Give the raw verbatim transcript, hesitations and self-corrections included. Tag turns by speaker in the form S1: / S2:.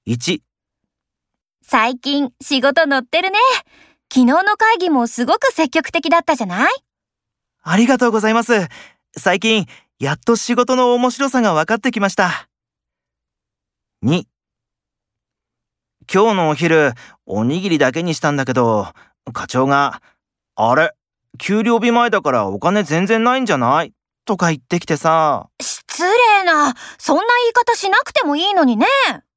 S1: いち、
S2: 最近仕事乗ってるね。昨日の会議もすごく積極的だったじゃない？
S1: ありがとうございます。最近、やっと仕事の面白さが分かってきました。に、今日のお昼、おにぎりだけにしたんだけど、課長が、あれ、給料日前だからお金全然ないんじゃない？とか言ってきてさ。
S2: 失礼な。そんな言い方しなくてもいいのにね。